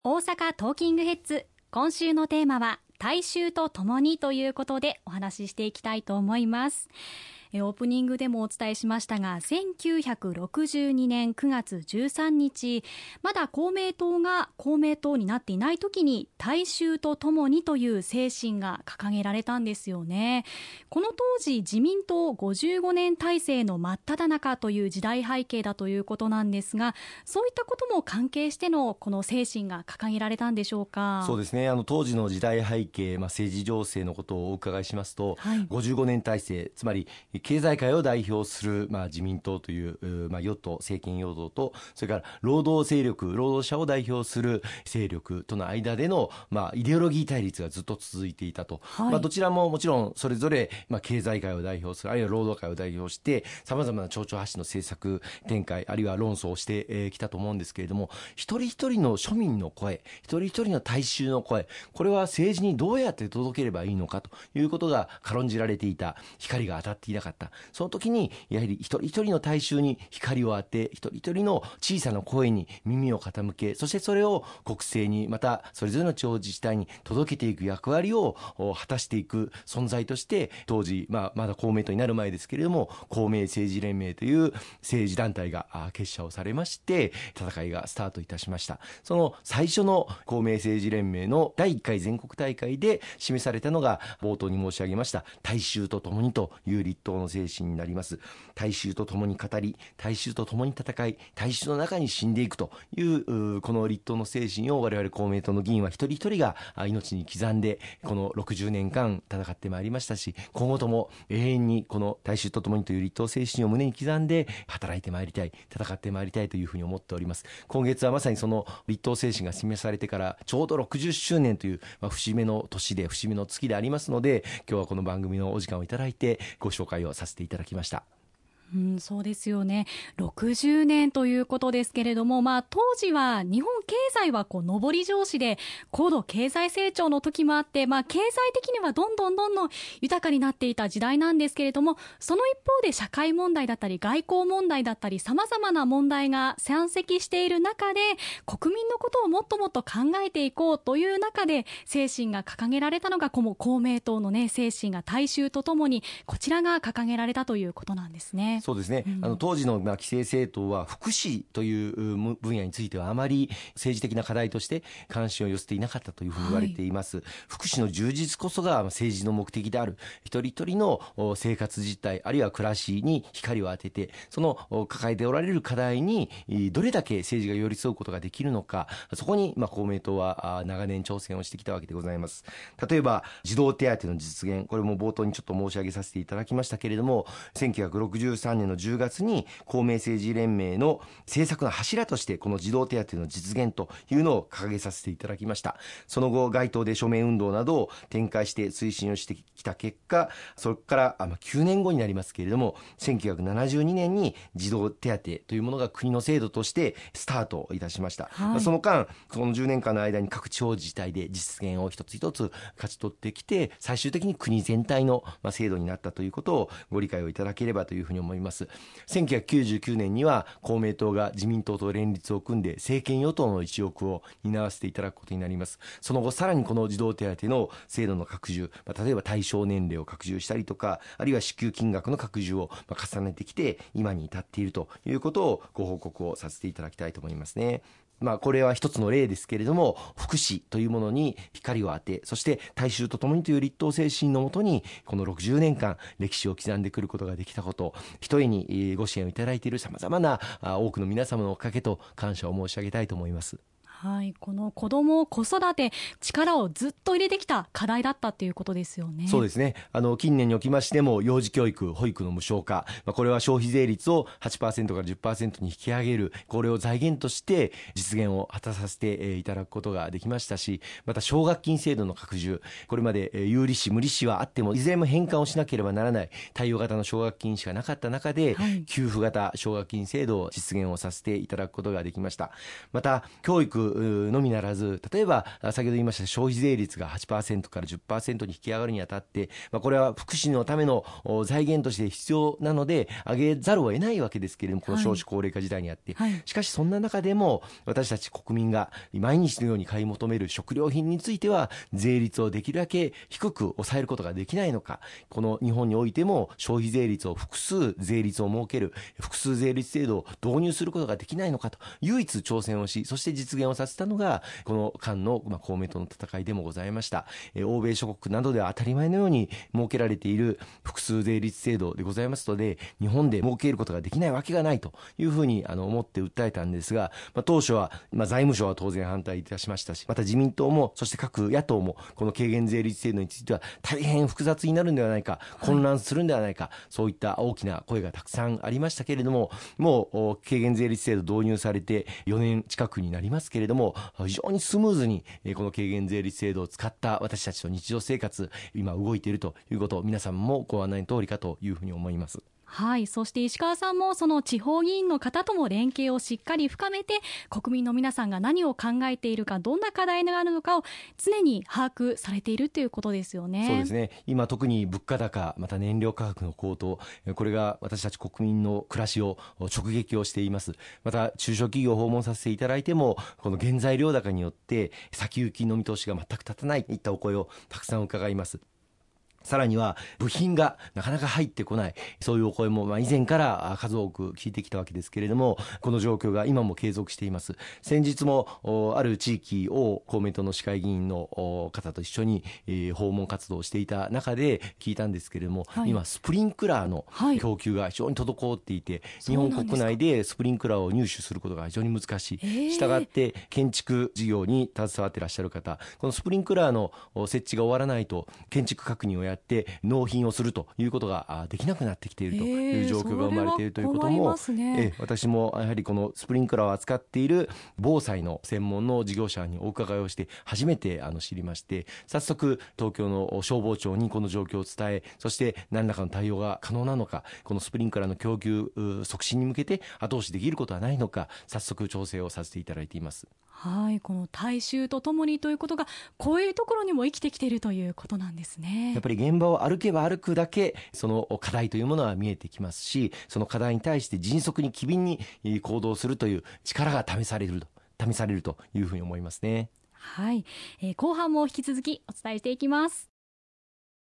大阪トーキングヘッズ、今週のテーマは大衆とともにということでお話ししていきたいと思います。オープニングでもお伝えしましたが、1962年9月13日、まだ公明党が公明党になっていない時に大衆とともにという精神が掲げられたんですよね。この当時自民党55年体制の真っ只中という時代背景だということなんですが、そういったことも関係してのこの精神が掲げられたんでしょうか。 そうですね、当時の時代背景、政治情勢のことをお伺いしますと、55年体制、つまり経済界を代表する、自民党という、与党、政権与党と、それから労働勢力、労働者を代表する勢力との間での、イデオロギー対立がずっと続いていたと、どちらももちろんそれぞれ、経済界を代表する、あるいは労働界を代表してさまざまな丁々発止の政策展開、あるいは論争をしてきたと思うんですけれども、一人一人の庶民の声、一人一人の大衆の声、これは政治にどうやって届ければいいのかということが軽んじられていた、光が当たっていなかった。その時にやはり一人一人の大衆に光を当て、一人一人の小さな声に耳を傾け、そしてそれを国政に、またそれぞれの地方自治体に届けていく役割を果たしていく存在として、当時、まだ公明党になる前ですけれども、公明政治連盟という政治団体が結社をされまして、戦いがスタートいたしました。その最初の公明政治連盟の第1回全国大会で示されたのが、冒頭に申し上げました大衆とともにという立党の精神になります。大衆とともに語り、大衆とともに戦い、大衆の中に死んでいくというこの立党の精神を我々公明党の議員は一人一人が命に刻んでこの60年間戦ってまいりましたし、今後とも永遠にこの大衆とともにという立党精神を胸に刻んで働いてまいりたい、戦ってまいりたいというふうに思っております。今月はまさにその立党精神が示されてからちょうど60周年という節目の年で、節目の月でありますので、今日はこの番組のお時間をいただいてご紹介をさせていただきました。 そうですよね。60年ということですけれども、当時は日本経済は上り調子で高度経済成長の時もあって、経済的にはどんどん豊かになっていた時代なんですけれども、その一方で社会問題だったり外交問題だったり様々な問題が山積している中で、国民のことをもっともっと考えていこうという中で精神が掲げられたのが、この公明党の精神が大衆とともに、こちらが掲げられたということなんですね。 そうですね、当時の既成政党は福祉という分野についてはあまり政治的な課題として関心を寄せていなかったというふうに言われています。福祉の充実こそが政治の目的である。一人一人の生活実態、あるいは暮らしに光を当てて、その抱えておられる課題にどれだけ政治が寄り添うことができるのか、そこに公明党は長年挑戦をしてきたわけでございます。例えば児童手当の実現、これも冒頭にちょっと申し上げさせていただきましたけれども、1963年の10月に公明政治連盟の政策の柱としてこの児童手当の実現というのを掲げさせていただきました。その後街頭で署名運動などを展開して推進をしてきた結果、そこから9年後になりますけれども、1972年に児童手当というものが国の制度としてスタートいたしました。その間、この10年間の間に各地方自治体で実現を一つ一つ勝ち取ってきて、最終的に国全体の制度になったということをご理解をいただければというふうに思います。1999年には公明党が自民党と連立を組んで政権与党の一翼を担わせていただくことになります。その後さらにこの児童手当の制度の拡充、例えば対象年齢を拡充したりとか、あるいは支給金額の拡充を重ねてきて今に至っているということをご報告をさせていただきたいと思いますね。これは一つの例ですけれども、福祉というものに光を当て、そして大衆とともにという立党精神のもとにこの60年間歴史を刻んでくることができたこと、ひとえにご支援をいただいているさまざまな多くの皆様のおかげと感謝を申し上げたいと思います。 この子ども子育て、力をずっと入れてきた課題だったということですよね。 そうですね。近年におきましても幼児教育、保育の無償化、これは消費税率を 8% から 10% に引き上げる、これを財源として実現を果たさせていただくことができましたし、また奨学金制度の拡充、これまで有利子無利子はあってもいずれも返還をしなければならない貸与型の奨学金しかなかった中で、給付型奨学金制度を実現をさせていただくことができました。また教育のみならず、例えば先ほど言いました消費税率が 8% から 10% に引き上がるにあたって、これは福祉のための財源として必要なので上げざるを得ないわけですけれども、この少子高齢化時代にあって、しかしそんな中でも私たち国民が毎日のように買い求める食料品については税率をできるだけ低く抑えることができないのか、この日本においても消費税率を複数税率を設ける複数税率制度を導入することができないのかと唯一挑戦をし、そして実現をさせたのがこの間の公明党の戦いでもございました。欧米諸国などでは当たり前のように設けられている複数税率制度でございますので、日本で設けることができないわけがないというふうに思って訴えたんですが、当初は財務省は当然反対いたしましたし、また自民党もそして各野党もこの軽減税率制度については大変複雑になるんではないか、混乱するんではないか、そういった大きな声がたくさんありましたけれども、もう軽減税率制度導入されて4年近くになりますけれども、非常にスムーズにこの軽減税率制度を使った私たちの日常生活、今動いているということを皆さんもご案内の通りかというふうに思います。 はい、そして石川さんもその地方議員の方とも連携をしっかり深めて、国民の皆さんが何を考えているか、どんな課題があるのかを常に把握されているということですよね。 そうですね。今特に物価高、また燃料価格の高騰、これが私たち国民の暮らしを直撃をしています。また中小企業を訪問させていただいても、この原材料高によって先行きの見通しが全く立たないといったお声をたくさん伺います。さらには部品がなかなか入ってこない、そういうお声も以前から数多く聞いてきたわけですけれども、この状況が今も継続しています。先日もある地域を公明党の市会議員の方と一緒に訪問活動をしていた中で聞いたんですけれども、今スプリンクラーの供給が非常に滞っていて、日本国内でスプリンクラーを入手することが非常に難しい。したがって建築事業に携わっていらっしゃる方、このスプリンクラーの設置が終わらないと建築確認をやって納品をするということができなくなってきているという状況が生まれているということも、私もやはりこのスプリンクラーを扱っている防災の専門の事業者にお伺いをして初めて知りまして、早速東京の消防庁にこの状況を伝え、そして何らかの対応が可能なのか、このスプリンクラーの供給促進に向けて後押しできることはないのか、早速調整をさせていただいています。 はい、この大衆とともにということがこういうところにも生きてきているということなんですね。 やっぱり現場を歩けば歩くだけその課題というものは見えてきますし、その課題に対して迅速に機敏に行動するという力が試されるというふうに思いますね。 はい、後半も引き続きお伝えしていきます。